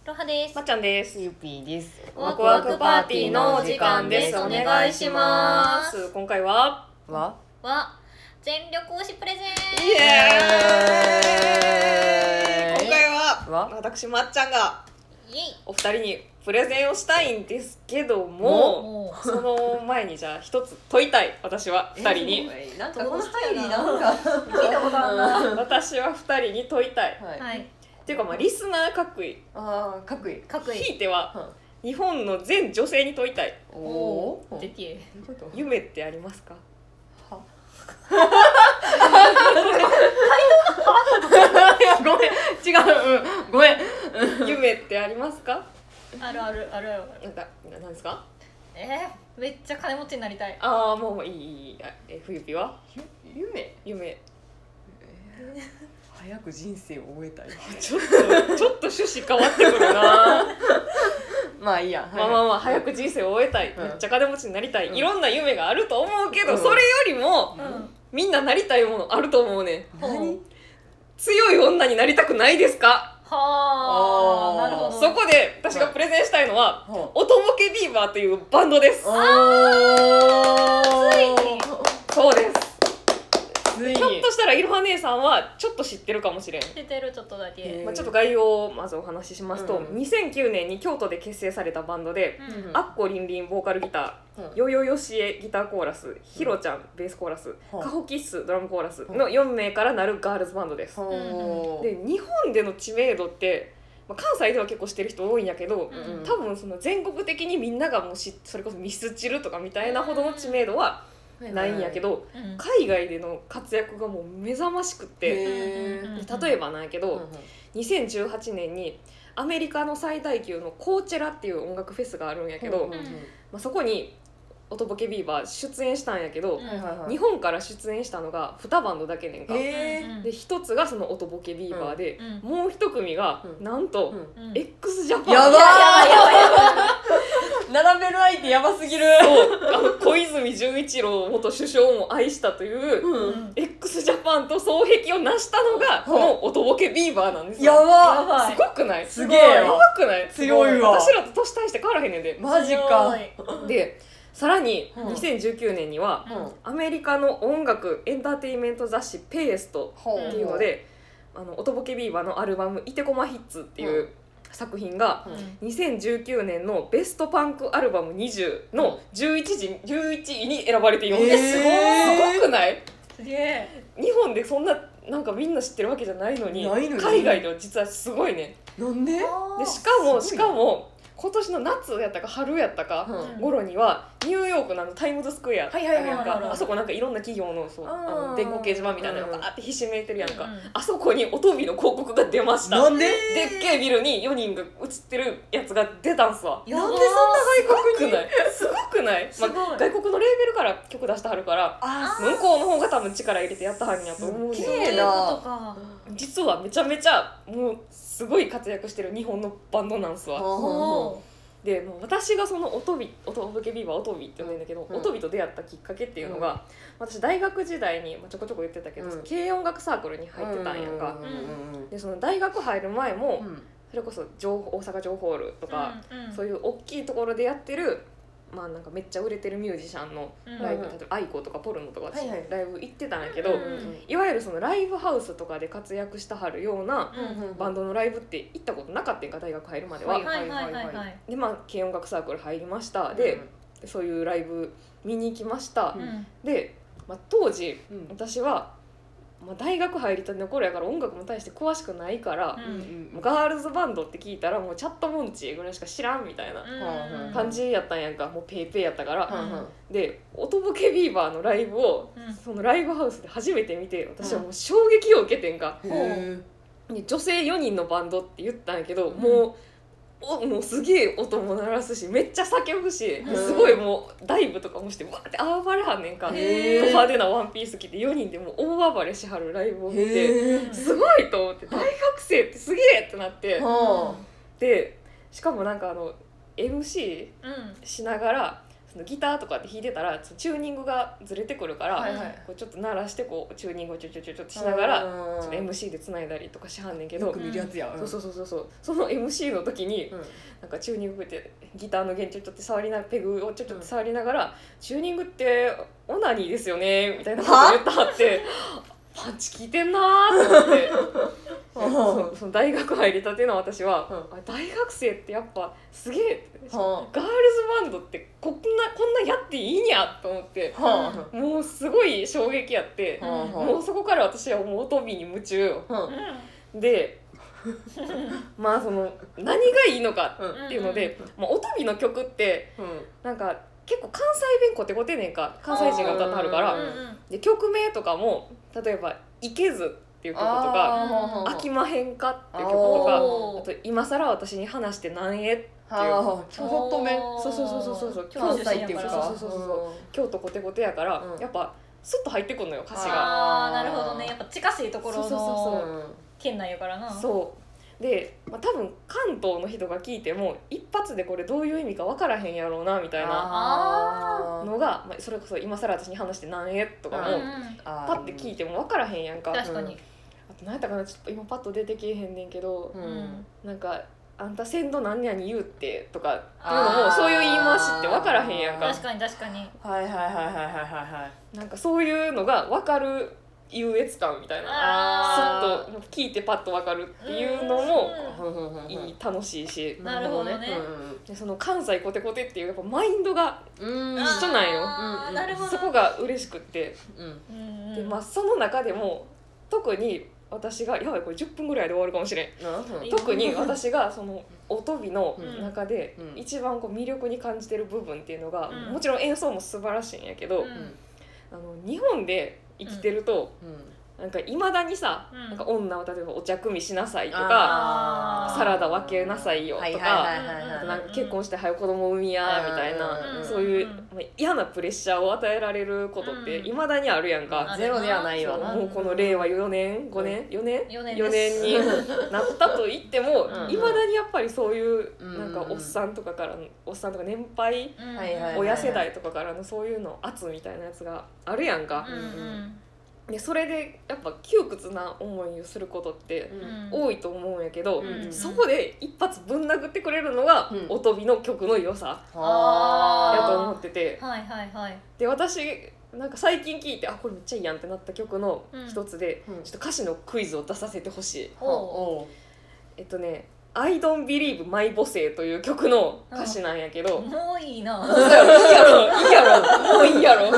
ロハです。 まっちゃんです。 ゆぴーです。 ワクワクパーティーのお時間です。お願いします。 今回は全力推しプレゼン。 イエーイ。今回は私まっちゃんがお二人にプレゼンをしたいんですけども、その前にじゃあ一つ問いたい。私は二人になんかこの入りなんか聞いたことあるな。 私は二人に問いたい。 はい。 っていうかまあリスナー各位、ひいては日本の全女性に問いたい。 おお。 でけ夢ってありますか？ ごめん、違う、ごめん。 夢ってありますか？ あるある。 なんですか？ めっちゃ金持ちになりたい。 ああ、もういい。冬日は？夢。 早く人生を終えたい。 ちょっと趣旨変わってくるな。 まあいいや。 まあ早く人生を終えたい。めっちゃ金持ちになりたい。いろんな夢があると思うけど、それよりもみんななりたいものあると思うね。 何？ 強い女になりたくないですか？ はあ、なるほど。 そこで私がプレゼンしたいのはおとぼけビーバーというバンドです。 ついにそうです。 ついに。 ひょっとしたらいろは姉さんはちょっと知ってるかもしれん。 知ってる、ちょっとだけ。 ちょっと概要をまずお話ししますと、2009年に京都で結成されたバンドで、アッコリンリンボーカルギター、ヨヨヨシエギターコーラス、ヒロちゃんベースコーラス、カホキッスドラムコーラスの4名からなるガールズバンドです。で、日本での知名度って、関西では結構知ってる人多いんやけど、多分その全国的にみんながもうそれこそミスチルとかみたいなほどの知名度はないんやけど、海外での活躍がもう目覚ましくって、例えばなんやけど、2018年にアメリカの最大級のコーチェラっていう音楽フェスがあるんやけど、そこにおとぼけビーバー出演したんやけど、日本から出演したのが2バンドだけねんか。で1つがそのおとぼけビーバーで、もう1組がなんと x ジャパン。 やば並べる相手やばすぎる。 そう、小泉純一郎元首相も愛したという、x ジャパンと双璧を成したのがこのおとぼけビーバーなんですよ。 やばすごくない？ すげえやばくない？ 強いわ。 私らと年大して変わらへんねんで。 マジか。 でさらに2019年にはアメリカの音楽エンターテインメント雑誌ペーストっていうので、おとぼけビーバーのアルバム「イテコマヒッツ」っていう作品が2019年のベストパンクアルバム20の11位に選ばれています。すごくない？ すげえ。 日本でそんななんかみんな知ってるわけじゃないのに海外では実はすごいね。 なんで？ でしかも今年の夏やったか春やったか頃にはニューヨークのタイムズスクエアあるやんか。あそこなんかいろんな企業の電光掲示板みたいなのがバーってひしめいてるやんか。あそこにおとびの広告が出ました。 なんで？ でっけえビルに4人が映ってるやつが出たんすわ。 なんでそんな外国に？ すごくない？外国のレーベルから曲出してはるから向こうの方が多分力入れてやったはんやと思うんですけど、実はめちゃめちゃもうすごい活躍してる日本のバンドなんすわ。でもう私がそのおとぼけビーバーおとびって呼んでんだけど、おとびと出会ったきっかけっていうのが、私大学時代にちょこちょこ言ってたけど、軽音楽サークルに入ってたんやんか。でその大学入る前も、それこそ大阪城ホールとか、そういう大きいところでやってるなんかめっちゃ売れてるミュージシャンのライブ、例えばアイコとかポルノとか私ライブ行ってたんやけど、いわゆるそのライブハウスとかで活躍したはるようなバンドのライブって行ったことなかったんか、大学入るまでは。で軽音楽サークル入りました。でそういうライブ見に行きました。で当時私は大学入りたての頃やから音楽に対して詳しくないから、ガールズバンドって聞いたらもうチャットモンチーぐらいしか知らんみたいな感じやったんやんか。もうペーペーやったから、でおとぼけビーバーのライブを、そのライブハウスで初めて見て、私はもう衝撃を受けてんか。女性4人のバンドって言ったんやけど、もうすげえ音も鳴らすしめっちゃ叫ぶし、すごいもうダイブとかもしてわーって暴れはんねんか。ド派手なワンピース着て4人でもう大暴れしはるライブを見て、すごいと思って、大学生ってすげえってなって、でしかもなんかMC しながらそのギターとかって弾いてたらそのチューニングがずれてくるから、 はいはい、 こうちょっと鳴らしてこうチューニングをちょっとしながらちょっとうん MC でつないだりとかしはんねんけど、 よく見るやつや、 そうその MC の時に、 うんなんかチューニングってギターの弦ちょっと触りなペグをちょっと触りながら、チューニングってオナニーですよねみたいなこと言ってはってパンチ効いてんなーと思ってその大学入りたての私は、あ大学生ってやっぱすげえって、ガールズバンドってこんなやっていいんやと思って、もうすごい衝撃やって、もうそこから私はもう音美に夢中よ、でまあその何がいいのかっていうので、まあ、音美の曲ってなんか結構関西弁コテコテねんか、関西人が歌ってはるから、で曲名とかも例えば「いけず」っていう曲とか「飽きまへんか」っていう曲とか、あと「今更私に話してなんえ」っていう京都弁、 そう関西っていうか、 そう京都コテコテやから、やっぱスッと入ってくんのよ歌詞が。 ああなるほどね、やっぱ近しいところの県内やからな。 そうで、まあ、多分関東の人が聞いても一発でこれどういう意味か分からへんやろうなみたいなのが、まあ、それこそ今更私に話して何円とかもパッて聞いても分からへんやんか。 確かに。 あと何やったかな、ちょっと今パッと出てけえへんねんけど、なんかあんた鮮度何々言うってとかっていうのもそういう言い回しって分からへんやんか。 確かに確かに。 はいはいはいはいはいはいなんかそういうのが分かる優越感みたいな、スッと聞いてパッと分かるっていうのもいい、楽しいし、 なるほどね。 でその関西コテコテっていうやっぱマインドが一緒なんよ。 なるほど。 そこが嬉しくって、でまあその中でも特に私がやばいこれ10分ぐらいで終わるかもしれん、特に私がその音美の中で一番こう魅力に感じてる部分っていうのが、もちろん演奏も素晴らしいんやけど、日本で生きてると、なんかいまだにさ、なんか女を例えばお茶組みしなさいとか、サラダ分けなさいよとか、なんか結婚して早く子供産みやみたいな、そういう嫌なプレッシャーを与えられることっていまだにあるやんか。 ゼロではないわな。 もうこの令和4年5年4年 4 年になったと言ってもいまだにやっぱりそういうなんかおっさんとか年配親世代とかからのそういうの圧みたいなやつがあるやんか。でそれでやっぱ窮屈な思いをすることって多いと思うんやけど、そこで一発ぶん殴ってくれるのが音美の曲の良さやと思ってて、で私なんか最近聞いてこれめっちゃいいやんってなった曲の一つで、ちょっと歌詞のクイズを出させてほしい。I don't believe my 母性という曲の歌詞なんやけど、 もういいな。 いいやろもういいやろ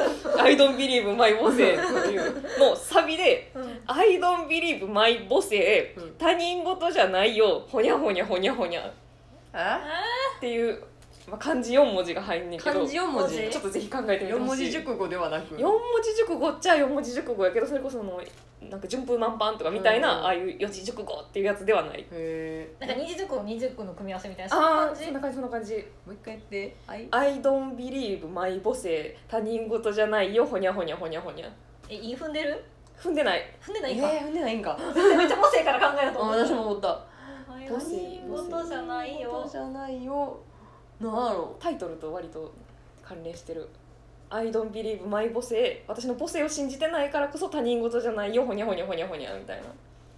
I don't believe my 母性っていうのサビで、I don't believe my 母性、他人事じゃないよほにゃほにゃほにゃほにゃっていう漢字4文字が入んねんけど、 漢字4文字ちょっとぜひ考えてみてほしい。 4文字熟語ではなく 4文字熟語っちゃ4文字熟語やけど、それこそなんか順風満帆とかみたいな、ああいう四字熟語っていうやつではない。 なんか二字熟語二字熟語の組み合わせみたいな、 そんな感じそんな感じ。 もう一回やって。 I don't believe my 母性、他人事じゃないよほにゃほにゃほにゃほにゃ。 いい踏んでる？ 踏んでない。 踏んでないか。 踏んでないんか。 めっちゃ母性から考えようと思った。 私も思った。 他人事じゃないよ。 事じゃないよ。なんやろ。 タイトルと割と関連してる。I don't believe my 母性、私の母性を信じてないからこそ他人事じゃないよほにゃほにゃほにゃほにゃみたいな。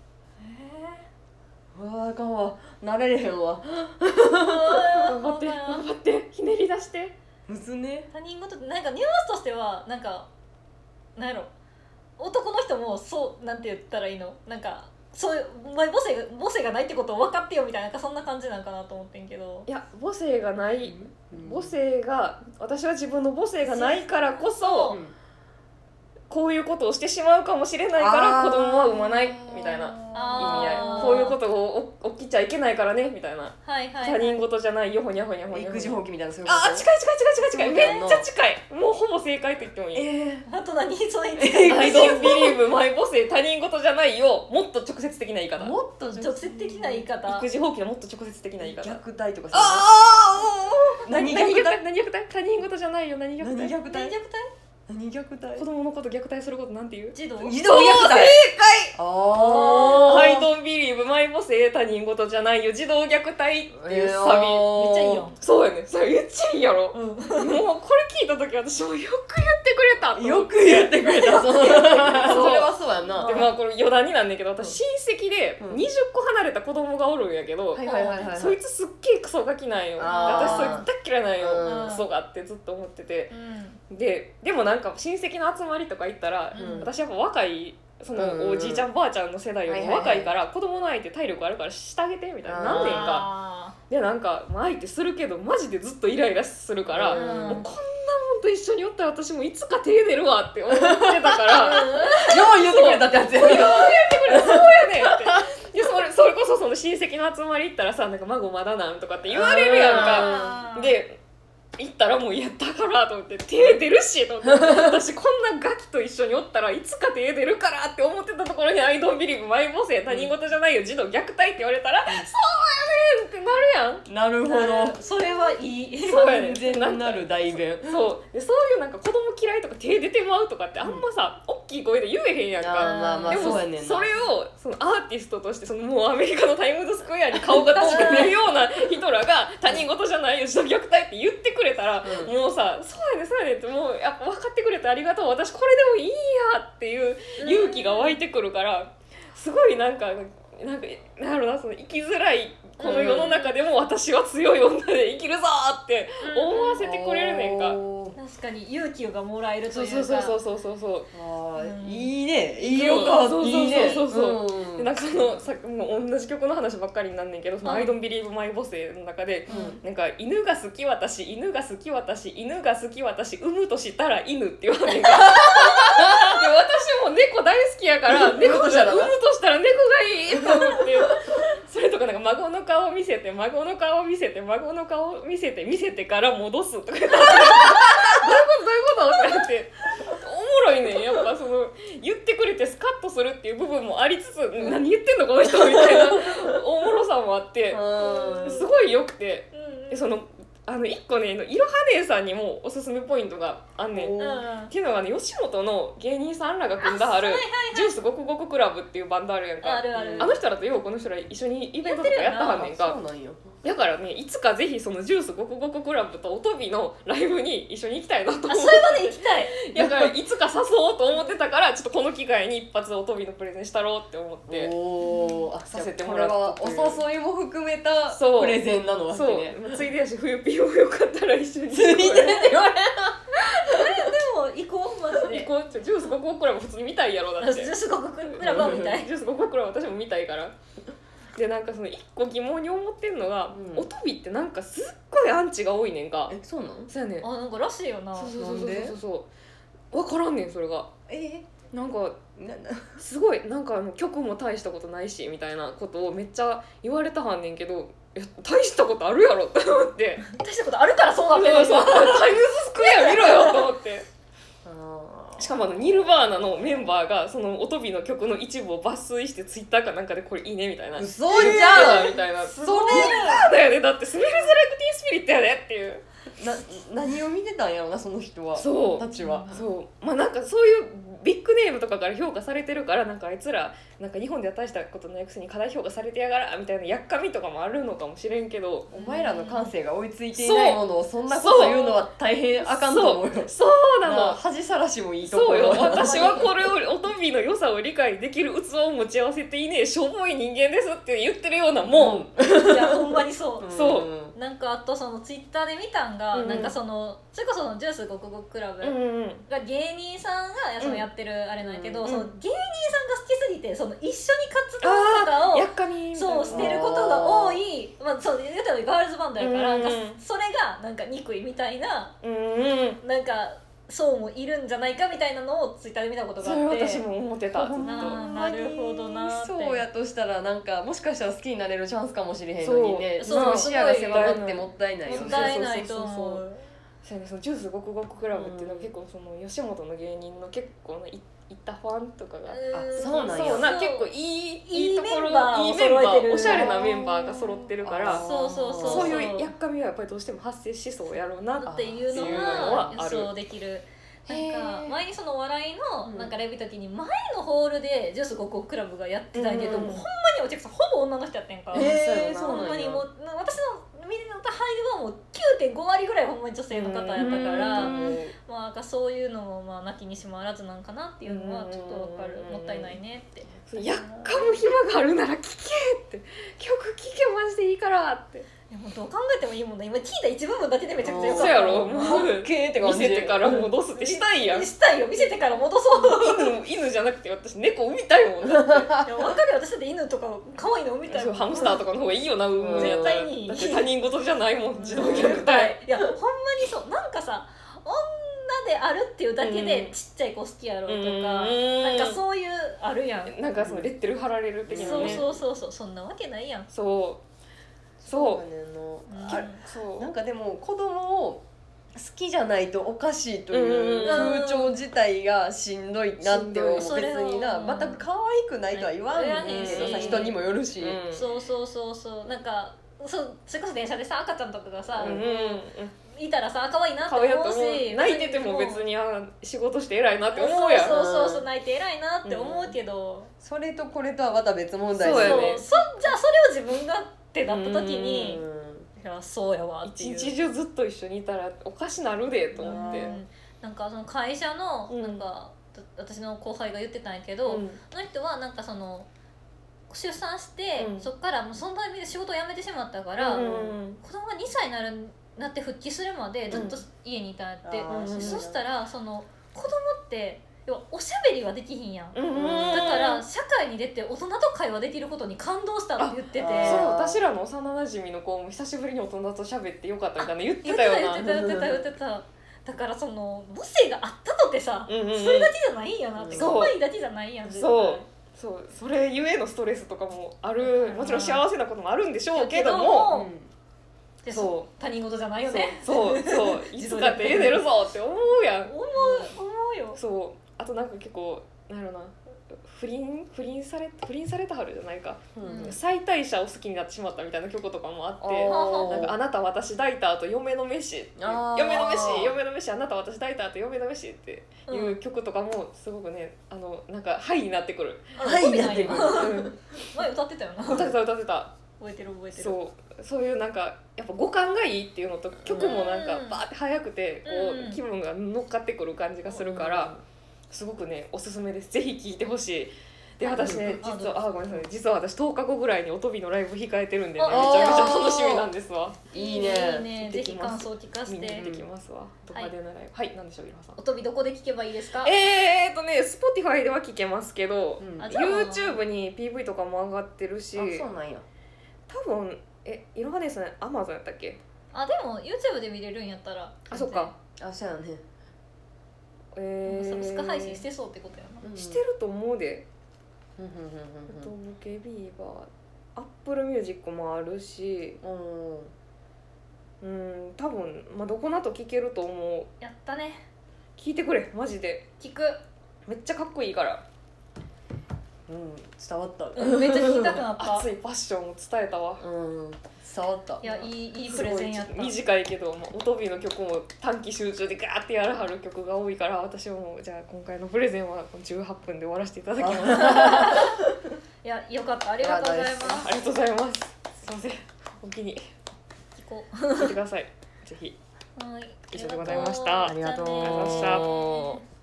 うわあかんわ、慣れれへんわ。 頑張ってひねり出して。 むずね。 他人事ってなんかニュアンスとしてはなんやろ、男の人もそうなんて言ったらいいの、なんかそういう母性がないってことを分かってよみたいな、そんな感じなんかなと思ってんけど。 いや母性がない、母性が、私は自分の母性がないからこそこういうことをしてしまうかもしれないから子供は産まないみたいな意味合い。こういうことが起きちゃいけないからねみたいな、他人事じゃないよほにゃほにゃほにゃ。 育児放棄みたいなそういうこと。 近いめっちゃ近い。もうほぼ正解と言ってもいい。 あと何それ I don't believe my 母性、他人事じゃないよ、もっと直接的な言い方。 もっと直接的な言い方。 育児放棄のもっと直接的な言い方。 虐待とか何虐待他人事じゃないよ。何虐待。 何虐待。 何虐待？ 子供のこと虐待することなんて言う？ 児童児童虐待。 正あ解。I don't believe マイ母性他人事じゃないよ児童虐待っていうサビ。 めっちゃいいよ。 そうやね。それめっちゃいいやろ。 うんもうこれ聞いた時私もよく言ってくれたと思って。 よく言ってくれた。それはそうやんな。 でまあこれ余談になんねんけど、私親戚でうん 20個離れた子供がおるんやけど、 はいはいはいはい。 そいつすっげえクソガキなんよ。であー私そいつ大っ嫌いなんよ、 うんクソがってずっと思ってて、 うんでもなんか親戚の集まりとか行ったら、 うん私やっぱ若いそのうんおじいちゃんばあちゃんの世代よりも若いから子供の相手体力あるからしてあげてみたいななんねんか。 あでなんかまあ相手するけどマジでずっとイライラするから、 うんもうこんなもんと一緒におったら私もいつか手出るわって思ってたからよう言ってくれたってやつやね。 そうやねんってでそれこそその親戚の集まり行ったらさなんか孫まだなんとかって言われるやんか。 ーで行ったらもうやったからと思って手出るしと思って私こんなガキと一緒におったらいつか手出るからって思ってたところに「アイドンビリーブマイ母性他人事じゃないよ児童虐待」って言われたら「そうやねん!」ってなるやん。 なるほど。 それはいい。 そうやねん完全なる代弁。 そうでそういうなんか子供嫌いとか手出てまうとかってあんまさ、大きい声で言えへんやんか。 まあまあでもそうやねんな。 それをそのアーティストとしてそのもうアメリカのタイムズスクエアに顔が遠く見るような人らが他人事じゃないよ児童虐待って言ってくれたら、 うんもうさそうやねそうやねってもうやっぱ分かってくれてありがとう私これでもいいやっていう勇気が湧いてくるからすごいなんかなんやろなその生きづらいこの世の中でも私は強い女で生きるぞって思わせてくれるねんか。 確かに勇気がもらえるというか。 そうそうあうんーいいね。いいよか。 そういいね。 そうそううんでなんかそのさもう同じ曲の話ばっかりになんねんけど「そのうん I don't believe my boss」の中で、 うんなんか犬が好き私犬が好き私犬が好き私産むとしたら犬って言わんねんかで私も猫大好きやから猫としたら産むとしたら猫がいいと思ってそれとかなんか孫の顔見せて孫の顔見せて孫の顔見せて見せてから戻すとか言ってどういうことってなっておもろいねんやっぱその言ってくれてスカッとするっていう部分もありつつ、何言ってんのこの人みたいなおもろさもあってすごいよくてでその一個ねいろは姉さんにもおすすめポイントがあんねん。 おっていうのがね吉本の芸人さんらが組んだはるジュースごくごくクラブっていうバンドあるやんか。 あるある。 あの人らとようこの人ら一緒にイベントとかやったはんねんか。 そうなんよ。 だからねいつかぜひそのジュースごくごくクラブとおとびのライブに一緒に行きたいなと思ってあ、それまで行きたい。 だからいつか誘おうと思ってたからちょっとこの機会に一発おとびのプレゼンしたろうって思っておーさせてもらったというこれはお誘いも含めたそうプレゼンなのわけそうね。 ついでやし冬ピーもよかったら一緒についでって言われでも行こうマジで。 行こうジュースごくごくクラブ普通に見たいやろだってすごくクラブはみたい。 ジュースごくごくクラブ私も見たいからでなんかその一個疑問に思ってんのが、 うんおとびってなんかすっごいアンチが多いねんか。 そうなん？ そうやねんあ、なんからしいよな。 そうそうそうなんでそうそう分からんねんそれがなんかなすごいなんか曲も大したことないしみたいなことをめっちゃ言われたはんねんけどいや大したことあるやろって思って大したことあるからそうなってるそうそうタイムズスクエア見ろよと思ってあしかもニルバーナのメンバーがそのおとびの曲の一部を抜粋してツイッターかなんかでこれいいねみたいな嘘じゃん。 みたいなすそうごいだよねだってスメルズ・ライク・ティー・スピリットやでっていう何を見てたんやろなその人は。 そうたちは。 そうまあなんかそういうビッグネームとかから評価されてるからなんかあいつらなんか日本では大したことないくせに過大評価されてやがらみたいなやっかみとかもあるのかもしれんけどお前らの感性が追いついていないものをそんなこと言うのは大変あかんと思うよ。 そうなの恥さらしもいいとこそうよろ。 私はこれをおとびの良さを理解できる器を持ち合わせていねえしょぼい人間ですって言ってるようなもん、 いやほんまにそううんそうなんかあとそのツイッターで見たんが、 うんなんかそのそれこそそのジュースごくごくクラブうんうんが芸人さんがそのやってるあれなんやけど、 うんその芸人さんが好きすぎてその一緒に活動とかをやっかみみたいなそうしてることが多い、まあ、そう言うたらガールズバンドやから、 うんなんかそれがなんか憎いみたいなうんうんなんかそうもいるんじゃないかみたいなのをツイッターで見たことがそれあって私も思ってたずっとなるほどなーってそうやとしたらなんかもしかしたら好きになれるチャンスかもしれへんのにね。 そうその視野が狭まってもったいないよね。 もったいないとそうそうそうそ思う。 そうやねそのジュースごくごくクラブっていうのは結構その吉本の芸人の結構ない行ったファンとかがそうなんやそうな結構いいところいいメンバーをいいメンバ揃えてるーおしゃれなメンバーが揃ってるからあーそうそうそうそういうやっかみはやっぱりどうしても発生しそうやろうなっていうのっていうのは予はある想できるなんか前にそのお笑いのうんなんかライブ行った時に前のホールでジュース5個クラブがやってたけど、 うんもうほんまにお客さんほぼ女の人やってんから、 そうなんやほんまにもう私の見た入りはもう 9.5 割ぐらいほんまに女性の方やったから、まあなんかそういうのもまあなきにしもあらずなんかなっていうのはちょっとわかる、もったいないねって。 やっかむ暇があるなら聴けって曲聴けマジでいいからっていやもうどう考えてもいいもんね。今聞いた一部分だけでめちゃくちゃよかった。 そうやろもうオッケーって感じ見せてから戻すってしたいやんしたいよ、見せてから戻そう犬じゃなくて私猫産みたいもんだっていや分かるよ、私だって犬とか可愛いの産みたいもん。 ハムスターとかの方がいいよな産むんやったら絶対にだって他人事じゃないもん自動虐待いやほんまにそう、なんかさ女であるっていうだけでちっちゃい子好きやろうとか、なんかそういうあるやん。 なんかそのレッテル貼られる的なねそうそんなわけないやん。 そうねんな、あれそうなんかでも子供を好きじゃないとおかしいという風潮自体がしんどいなって思う。別しんどいにな全く可愛くないとは言わんけどさ、人にもよるし、 そうなんかそれこそ電車でさ赤ちゃんとかがさ、 うんいたらさ可愛いなって可愛いと思う思うし、 泣いてても別に仕事して偉いなって思うやんそう泣いて偉いなって思うけど、 それとこれとはまた別問題そうやねじゃあそれを自分がってなった時に、いやそうやわっていう。 一日中ずっと一緒にいたらおかしなるでと思ってなんかその会社のなんか、私の後輩が言ってたんやけど、その人はなんかその出産して、そっからもうそのタイミングで仕事を辞めてしまったから、子供が2歳になって復帰するまでずっと家にいたんやって、そしたらその子供って要はおしゃべりはできひんやん、だから社会に出て大人と会話できることに感動したって言ってて、 そう私らの幼なじみの子も久しぶりに大人と喋ってよかったみたいな言ってたよな言ってただからその母性があったとてさ、それだけじゃないんやなって、可愛いだけじゃないやん。 そうそれゆえのストレスとかもある、もちろん幸せなこともあるんでしょうけども、 そう他人事じゃないよね。 そういつかって家出るぞって思うやん。 思うよ。 そうあとなんか結構なんやろな、不倫されたはるじゃないか、妻帯者を好きになってしまったみたいな曲とかもあって、なんかあなた私抱いた後嫁の飯って嫁の飯あなた私抱いた後嫁の飯っていう曲とかもすごくね、なんかハイになってくる。 ハイになってくる。前歌ってたよな。 歌ってた。 覚えてる。 そういうなんかやっぱ五感がいいっていうのと、曲もなんかバーって速くてこう気分が乗っかってくる感じがするから、すごくねおすすめです。ぜひ聴いてほしい。で私ね実はごめんなさい、実は私10日後ぐらいにおとびのライブ控えてるんでね、めちゃめちゃ楽しみなんですわ。 いいね。 ぜひ感想聞かせて。 見に行ってきますわ。ド派手なライブ。はい、なんでしょう、いろはさん。 おとびどこで聞けばいいですか ？Spotify では聞けますけど、YouTube に PV とかも上がってるし、 そうなんや。 多分いろはねさん Amazon やったっけ？ でも YouTube で見れるんやったら。 そっか。 そうやね。 サブスク配信してそうってことやな。 してると思うで。ボケビーバー、Apple Music もあるし、多分どこなと聞けると思う。 やったね。 聞いてくれ、マジで。 聞く。 めっちゃかっこいいから。 伝わった。 めっちゃ聞きたくなった。 熱いパッションを伝えたわ。 伝わった。 いや、いいプレゼンやった。 短いけど、おとびの曲も短期集中でガーってやらはる曲が多いから、私はもうじゃあ今回のプレゼンは18分で終わらせていただきます。 いや、よかった。ありがとうございます。 ありがとうございます。すいません。お気に聞いてください。ぜひ。 はい。 以上でございました。 ありがとうございました。